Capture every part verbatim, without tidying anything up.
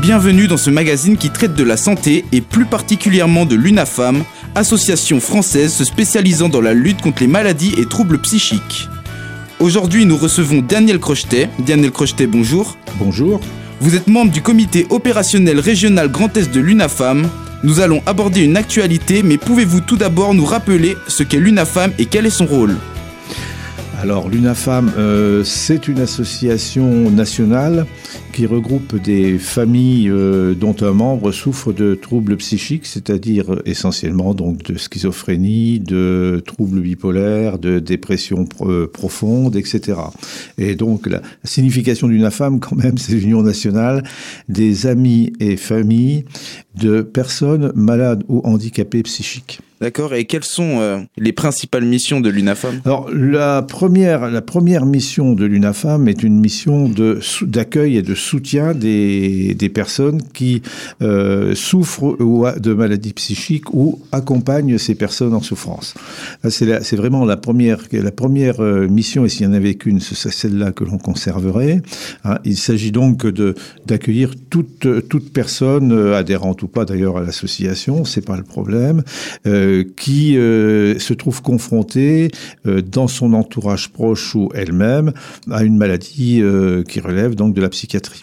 Bienvenue dans ce magazine qui traite de la santé et plus particulièrement de l'UNAFAM, association française se spécialisant dans la lutte contre les maladies et troubles psychiques. Aujourd'hui, nous recevons Daniel Crochetet. Daniel Crochetet, bonjour. Bonjour. Vous êtes membre du comité opérationnel régional Grand Est de l'UNAFAM. Nous allons aborder une actualité, mais pouvez-vous tout d'abord nous rappeler ce qu'est l'UNAFAM et quel est son rôle ? Alors l'UNAFAM, euh, c'est une association nationale qui regroupe des familles euh, dont un membre souffre de troubles psychiques, c'est-à-dire essentiellement donc de schizophrénie, de troubles bipolaires, de dépression pro- profonde, et cetera. Et donc la signification d'UNAFAM, quand même, c'est l'Union nationale des amis et familles de personnes malades ou handicapées psychiques. D'accord, et quelles sont euh, les principales missions de l'UNAFAM ? Alors, la première, la première mission de l'UNAFAM est une mission de, d'accueil et de soutien des, des personnes qui euh, souffrent de maladies psychiques ou accompagnent ces personnes en souffrance. C'est, la, c'est vraiment la première, la première mission, et s'il n'y en avait qu'une, c'est celle-là que l'on conserverait. Hein, il s'agit donc de, d'accueillir toute, toute personne, adhérente ou pas d'ailleurs à l'association, c'est pas le problème, euh, qui euh, se trouve confrontée euh, dans son entourage proche ou elle-même à une maladie euh, qui relève donc de la psychiatrie.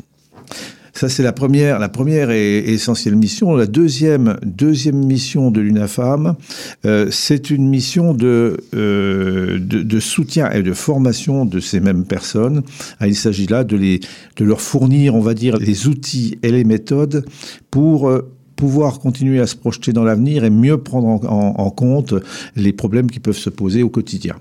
Ça, c'est la première, la première et essentielle mission. La deuxième, deuxième mission de l'UNAFAM, euh, c'est une mission de, euh, de, de soutien et de formation de ces mêmes personnes. Ah, il s'agit là de, les, de leur fournir, on va dire, les outils et les méthodes pour euh, pouvoir continuer à se projeter dans l'avenir et mieux prendre en, en, en compte les problèmes qui peuvent se poser au quotidien.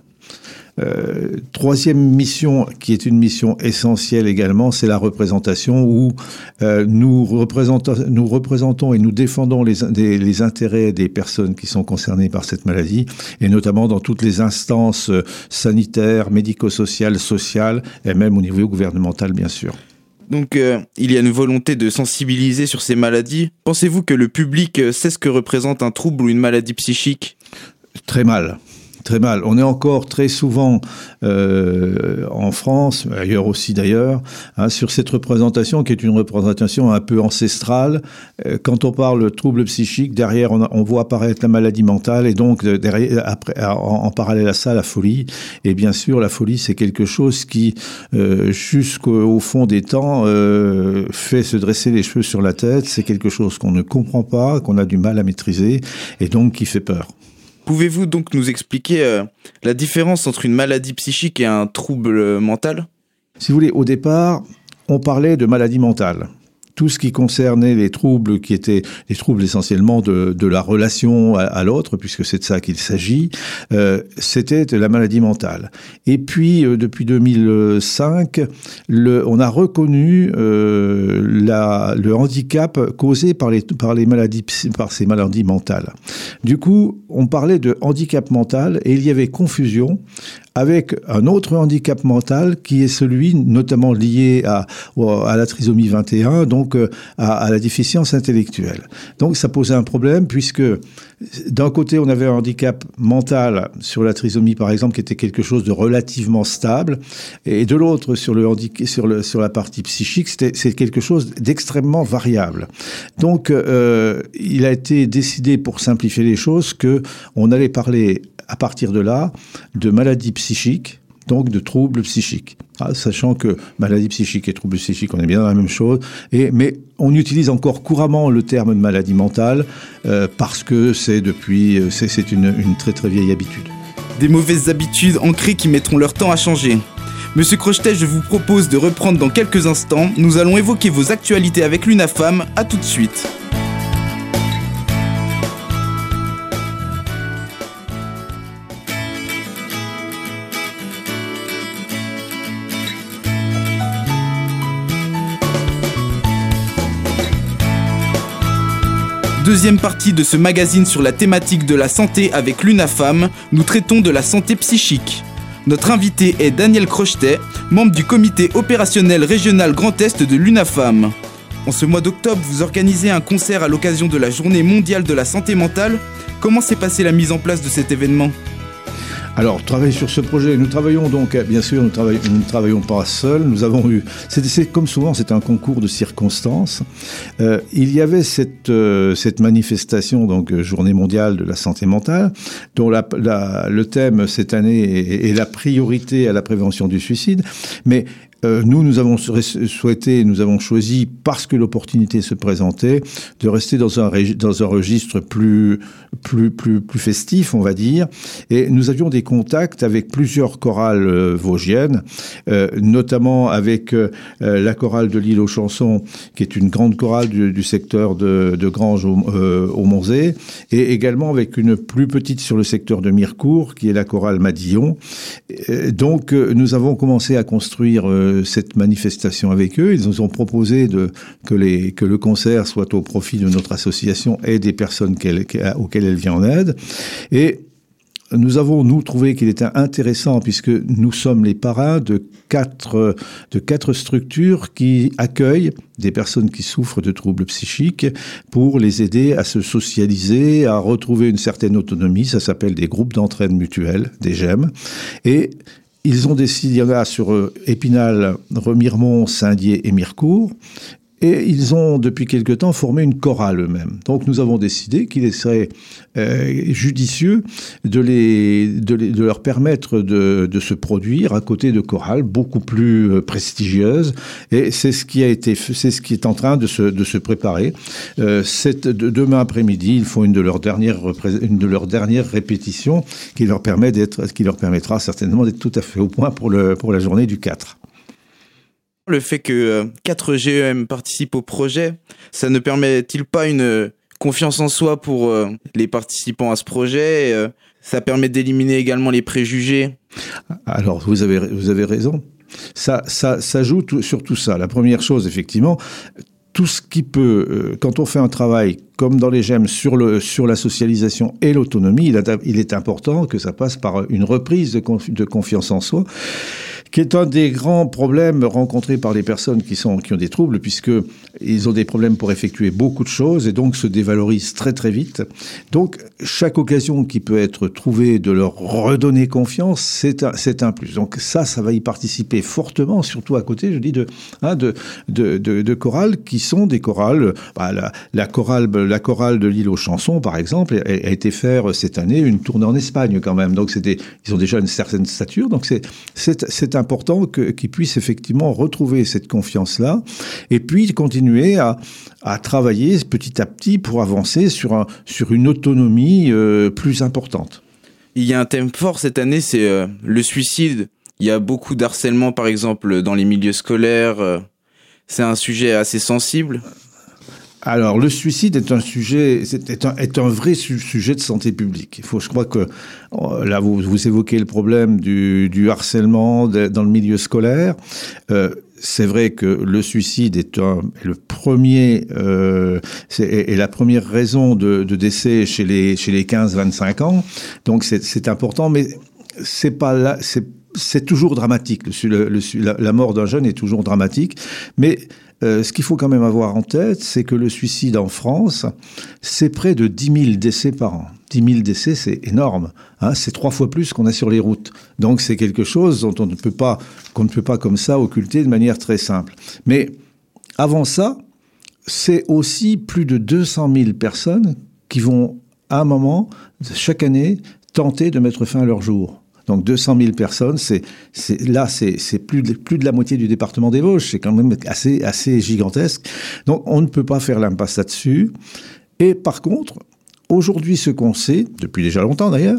Euh, troisième mission, qui est une mission essentielle également, c'est la représentation où euh, nous, représentons, nous représentons et nous défendons les, des, les intérêts des personnes qui sont concernées par cette maladie, et notamment dans toutes les instances sanitaires, médico-sociales, sociales, et même au niveau gouvernemental, bien sûr. Donc, euh, il y a une volonté de sensibiliser sur ces maladies. Pensez-vous que le public sait ce que représente un trouble ou une maladie psychique ? Très mal. Très mal. On est encore très souvent euh, en France, ailleurs aussi d'ailleurs, hein, sur cette représentation qui est une représentation un peu ancestrale. Euh, quand on parle de trouble psychique, derrière on, a, on voit apparaître la maladie mentale et donc derrière, après, en, en parallèle à ça, la folie. Et bien sûr, la folie, c'est quelque chose qui, euh, jusqu'au fond des temps, euh, fait se dresser les cheveux sur la tête. C'est quelque chose qu'on ne comprend pas, qu'on a du mal à maîtriser et donc qui fait peur. Pouvez-vous donc nous expliquer euh, la différence entre une maladie psychique et un trouble mental ? Si vous voulez, au départ, on parlait de maladie mentale. Tout ce qui concernait les troubles qui étaient les troubles essentiellement de, de la relation à, à l'autre, puisque c'est de ça qu'il s'agit, euh, c'était de la maladie mentale. Et puis, euh, depuis deux mille cinq, le, on a reconnu euh, la, le handicap causé par les, par les maladies, par ces maladies mentales. Du coup, on parlait de handicap mental et il y avait confusion avec un autre handicap mental qui est celui notamment lié à, à la trisomie vingt et un, donc à, à la déficience intellectuelle. Donc ça posait un problème puisque d'un côté on avait un handicap mental sur la trisomie par exemple qui était quelque chose de relativement stable et de l'autre sur, le handicap, sur, le, sur la partie psychique c'était, c'est quelque chose d'extrêmement variable. Donc euh, il a été décidé pour simplifier les choses qu'on allait parler à partir de là de maladies psychiques, donc de troubles psychiques. Ah, sachant que maladie psychique et troubles psychiques, on est bien dans la même chose, et, mais on utilise encore couramment le terme de maladie mentale euh, parce que c'est depuis, c'est, c'est une, une très très vieille habitude. Des mauvaises habitudes ancrées qui mettront leur temps à changer. Monsieur Crochetet, je vous propose de reprendre dans quelques instants. Nous allons évoquer vos actualités avec l'UNAFAM. À tout de suite. Deuxième partie de ce magazine sur la thématique de la santé avec l'UNAFAM, nous traitons de la santé psychique. Notre invité est Daniel Crochetet, membre du comité opérationnel régional Grand Est de l'UNAFAM. En ce mois d'octobre, vous organisez un concert à l'occasion de la Journée mondiale de la santé mentale. Comment s'est passée la mise en place de cet événement ? Alors, travailler sur ce projet, nous travaillons donc, bien sûr, nous, travaillons, nous ne travaillons pas seuls. Nous avons eu, c'est, c'est comme souvent, c'est un concours de circonstances. Euh, il y avait cette euh, cette manifestation, donc Journée mondiale de la santé mentale, dont la, la, le thème cette année est, est la priorité à la prévention du suicide. Mais Euh, nous, nous avons souhaité, nous avons choisi, parce que l'opportunité se présentait, de rester dans un, dans un registre plus, plus, plus, plus festif, on va dire. Et nous avions des contacts avec plusieurs chorales euh, vosgiennes, euh, notamment avec euh, la chorale de l'île aux Chansons, qui est une grande chorale du, du secteur de, de Granges au, euh, au Monzé, et également avec une plus petite sur le secteur de Mirecourt, qui est la chorale Madillon. Et donc, euh, nous avons commencé à construire euh, cette manifestation avec eux. Ils nous ont proposé de, que, les, que le concert soit au profit de notre association et des personnes qu'elle, auxquelles elle vient en aide. Et nous avons, nous, trouvé qu'il était intéressant, puisque nous sommes les parrains de quatre, de quatre structures qui accueillent des personnes qui souffrent de troubles psychiques pour les aider à se socialiser, à retrouver une certaine autonomie. Ça s'appelle des groupes d'entraide mutuelle, des G E M. Et ils ont décidé, il y en a sur euh, Épinal, Remiremont, Saint-Dié et Mirecourt, et ils ont depuis quelque temps formé une chorale eux-mêmes. Donc nous avons décidé qu'il serait euh, judicieux de, les, de, les, de leur permettre de, de se produire à côté de chorales beaucoup plus euh, prestigieuses, et c'est ce qui a été, c'est ce qui est en train de se, de se préparer. Euh, cette, de, demain après-midi, ils font une de leurs dernières, une de leurs dernières répétitions qui leur permet d'être, qui leur permettra certainement d'être tout à fait au point pour le, pour la journée du quatre. Le fait que quatre G E M participent au projet, ça ne permet-il pas une confiance en soi pour les participants à ce projet ? Ça permet d'éliminer également les préjugés ? Alors, vous avez, vous avez raison. Ça, ça, ça joue tout, sur tout ça. La première chose, effectivement, tout ce qui peut, euh, quand on fait un travail comme dans les G E M sur, le, sur la socialisation et l'autonomie, il, a, il est important que ça passe par une reprise de, confi- de confiance en soi, qui est un des grands problèmes rencontrés par les personnes qui, sont, qui ont des troubles, puisqu'ils ont des problèmes pour effectuer beaucoup de choses et donc se dévalorisent très très vite. Donc chaque occasion qui peut être trouvée de leur redonner confiance, c'est un, c'est un plus. Donc ça, ça va y participer fortement, surtout à côté, je dis, de, hein, de, de, de, de chorales qui sont des chorales. Bah, la, la, chorale, la chorale de l'île aux Chansons, par exemple, a, a été faire cette année une tournée en Espagne quand même. Donc c'était, ils ont déjà une certaine stature, donc c'est, c'est, c'est un important que, qu'ils puissent effectivement retrouver cette confiance-là et puis continuer à, à travailler petit à petit pour avancer sur, un, sur une autonomie euh, plus importante. Il y a un thème fort cette année, c'est euh, le suicide. Il y a beaucoup d'harcèlement, par exemple, dans les milieux scolaires. Euh, c'est un sujet assez sensible. Alors, le suicide est un sujet, est un, est un vrai su- sujet de santé publique. Il faut, je crois que là, vous, vous évoquez le problème du, du harcèlement de, dans le milieu scolaire. Euh, c'est vrai que le suicide est, un, est le premier, euh, c'est, est la première raison de, de décès chez les chez les quinze vingt-cinq ans. Donc, c'est, c'est important, mais c'est pas là, c'est c'est toujours dramatique. Le, le, la, la mort d'un jeune est toujours dramatique, mais Euh, ce qu'il faut quand même avoir en tête, c'est que le suicide en France, c'est près de dix mille décès par an. dix mille décès, c'est énorme. Hein, c'est trois fois plus qu'on a sur les routes. Donc c'est quelque chose dont on ne peut pas, qu'on ne peut pas comme ça occulter de manière très simple. Mais avant ça, c'est aussi plus de deux cent mille personnes qui vont, à un moment, chaque année, tenter de mettre fin à leur jour. Donc deux cent mille personnes, c'est, c'est là, c'est, c'est plus de, plus de la moitié du département des Vosges. C'est quand même assez, assez gigantesque. Donc on ne peut pas faire l'impasse là-dessus. Et par contre, aujourd'hui, ce qu'on sait, depuis déjà longtemps d'ailleurs,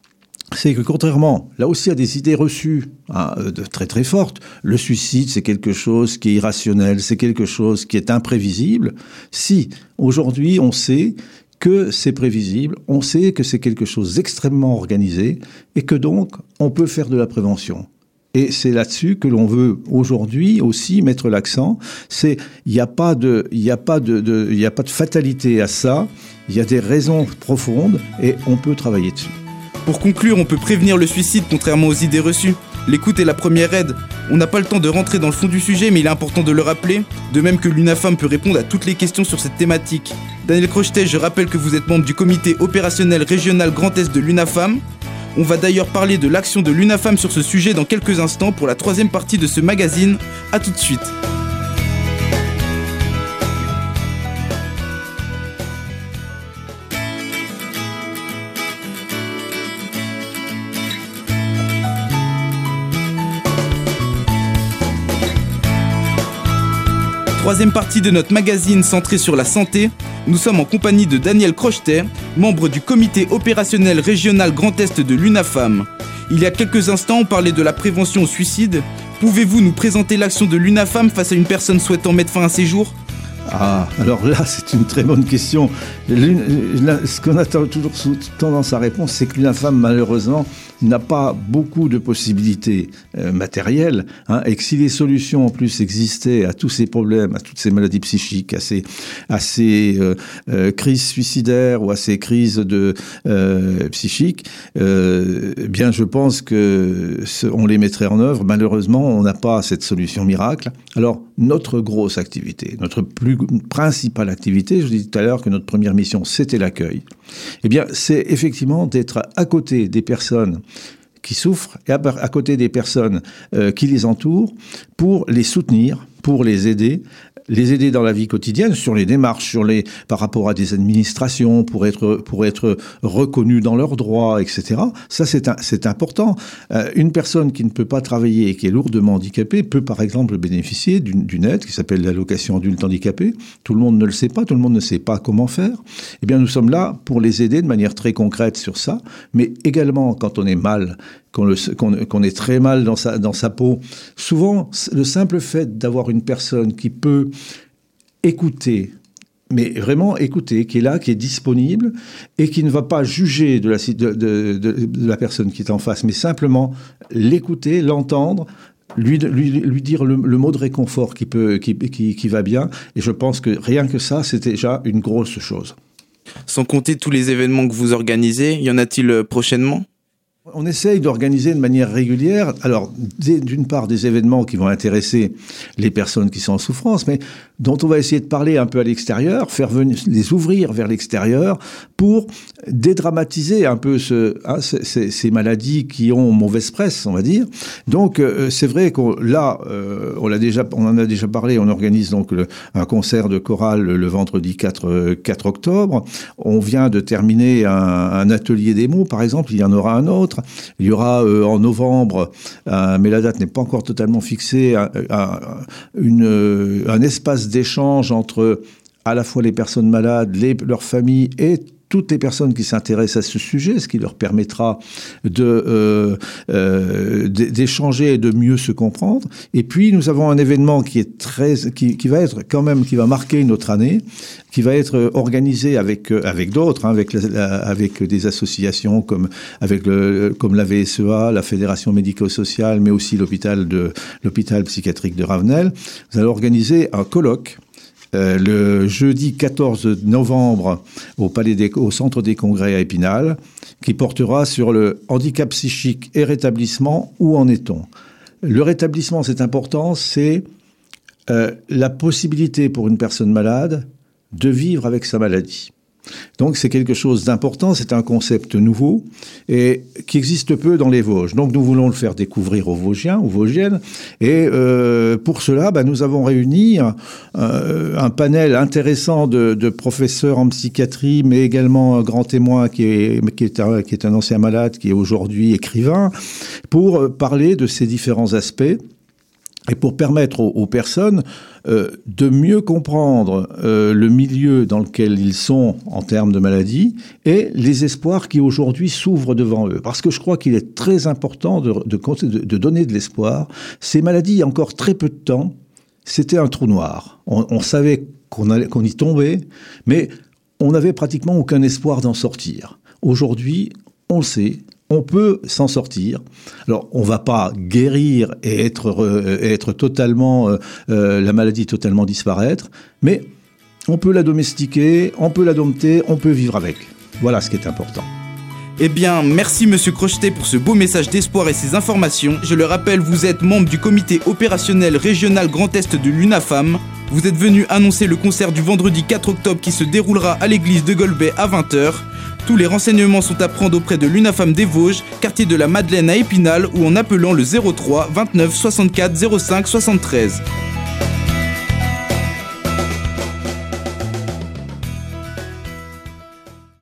c'est que contrairement, là aussi, à des idées reçues hein, de très très fortes, le suicide, c'est quelque chose qui est irrationnel, c'est quelque chose qui est imprévisible. Si, aujourd'hui, on sait que c'est prévisible, on sait que c'est quelque chose d'extrêmement organisé et que donc on peut faire de la prévention. Et c'est là-dessus que l'on veut aujourd'hui aussi mettre l'accent. C'est il n'y a pas de il y a pas de, de il y a pas de fatalité à ça. Il y a des raisons profondes et on peut travailler dessus. Pour conclure, on peut prévenir le suicide contrairement aux idées reçues. L'écoute est la première aide. On n'a pas le temps de rentrer dans le fond du sujet, mais il est important de le rappeler. De même que l'UNAFAM peut répondre à toutes les questions sur cette thématique. Daniel Crochetet, je rappelle que vous êtes membre du comité opérationnel régional Grand Est de l'UNAFAM. On va d'ailleurs parler de l'action de l'UNAFAM sur ce sujet dans quelques instants pour la troisième partie de ce magazine. A tout de suite. Troisième partie de notre magazine centré sur la santé. Nous sommes en compagnie de Daniel Crochetet, membre du comité opérationnel régional Grand Est de l'UNAFAM. Il y a quelques instants, on parlait de la prévention au suicide. Pouvez-vous nous présenter l'action de l'UNAFAM face à une personne souhaitant mettre fin à ses jours ? Ah, alors là, c'est une très bonne question. Ce qu'on a toujours tendance à répondre, c'est que l'UNAFAM, malheureusement, n'a pas beaucoup de possibilités euh, matérielles, hein, et que si les solutions en plus existaient à tous ces problèmes, à toutes ces maladies psychiques, à ces, à ces euh, euh, crises suicidaires ou à ces crises de, euh, psychiques, euh, eh bien je pense que ce, on les mettrait en œuvre. Malheureusement, on n'a pas cette solution miracle. Alors, notre grosse activité, notre plus principale activité, je vous dis tout à l'heure que notre première mission, c'était l'accueil. Eh bien, c'est effectivement d'être à côté des personnes qui souffrent et à, à côté des personnes euh, qui les entourent pour les soutenir, pour les aider, les aider dans la vie quotidienne, sur les démarches, sur les, par rapport à des administrations, pour être, pour être reconnus dans leurs droits, et cetera. Ça, c'est, un, c'est important. Euh, une personne qui ne peut pas travailler et qui est lourdement handicapée peut, par exemple, bénéficier d'une, d'une aide qui s'appelle l'allocation adulte handicapé. Tout le monde ne le sait pas, tout le monde ne sait pas comment faire. Eh bien, nous sommes là pour les aider de manière très concrète sur ça, mais également quand on est mal, Qu'on, le, qu'on, qu'on est très mal dans sa, dans sa peau. Souvent, le simple fait d'avoir une personne qui peut écouter, mais vraiment écouter, qui est là, qui est disponible, et qui ne va pas juger de la, de, de, de, de la personne qui est en face, mais simplement l'écouter, l'entendre, lui, lui, lui dire le, le mot de réconfort qui, peut, qui, qui, qui va bien. Et je pense que rien que ça, c'est déjà une grosse chose. Sans compter tous les événements que vous organisez, y en a-t-il prochainement ? On essaye d'organiser de manière régulière, alors d'une part des événements qui vont intéresser les personnes qui sont en souffrance, mais dont on va essayer de parler un peu à l'extérieur, faire venir, les ouvrir vers l'extérieur pour dédramatiser un peu ce, hein, ces, ces maladies qui ont mauvaise presse, on va dire. Donc euh, c'est vrai qu'on là, euh, on l'a déjà, on en a déjà parlé. On organise donc le, un concert de chorale le, le vendredi quatre octobre. On vient de terminer un, un atelier démo, par exemple. Il y en aura un autre. Il y aura euh, en novembre, euh, mais la date n'est pas encore totalement fixée, un, un, une, euh, un espace d'échange entre à la fois les personnes malades, les, leurs familles et toutes les personnes qui s'intéressent à ce sujet, ce qui leur permettra de, euh, euh, d'échanger et de mieux se comprendre. Et puis, nous avons un événement qui est très, qui, qui va être quand même, qui va marquer notre année, qui va être organisé avec, avec d'autres, hein, avec, la, avec des associations comme, avec le, comme la V S E A, la Fédération médico-sociale, mais aussi l'hôpital de, l'hôpital psychiatrique de Ravenel. Nous allons organiser un colloque Euh, le jeudi quatorze novembre au, Palais des, au Centre des Congrès à Épinal, qui portera sur le handicap psychique et rétablissement. Où en est-on ? Le rétablissement, c'est important, c'est euh, la possibilité pour une personne malade de vivre avec sa maladie. Donc c'est quelque chose d'important, c'est un concept nouveau et qui existe peu dans les Vosges. Donc nous voulons le faire découvrir aux Vosgiens, aux Vosgiennes. Et euh, pour cela, bah, nous avons réuni un, euh, un panel intéressant de, de professeurs en psychiatrie, mais également un grand témoin qui est, qui est, un, qui est un ancien malade, qui est aujourd'hui écrivain, pour parler de ces différents aspects. Et pour permettre aux, aux personnes euh, de mieux comprendre euh, le milieu dans lequel ils sont en termes de maladie et les espoirs qui aujourd'hui s'ouvrent devant eux. Parce que je crois qu'il est très important de, de, de donner de l'espoir. Ces maladies, il y a encore très peu de temps, c'était un trou noir. On, on savait qu'on, allait, qu'on y tombait, mais on n'avait pratiquement aucun espoir d'en sortir. Aujourd'hui, on le sait. On peut s'en sortir. Alors, on va pas guérir et être, euh, être totalement, euh, euh, la maladie totalement disparaître, mais on peut la domestiquer, on peut la dompter, on peut vivre avec. Voilà ce qui est important. Eh bien, merci Monsieur Crochetet pour ce beau message d'espoir et ces informations. Je le rappelle, vous êtes membre du comité opérationnel régional Grand Est de l'UNAFAM. Vous êtes venu annoncer le concert du vendredi quatre octobre qui se déroulera à l'église de Golbet à vingt heures. Tous les renseignements sont à prendre auprès de l'UNAFAM des Vosges, quartier de la Madeleine à Épinal, ou en appelant le zéro trois vingt-neuf soixante-quatre zéro cinq soixante-treize.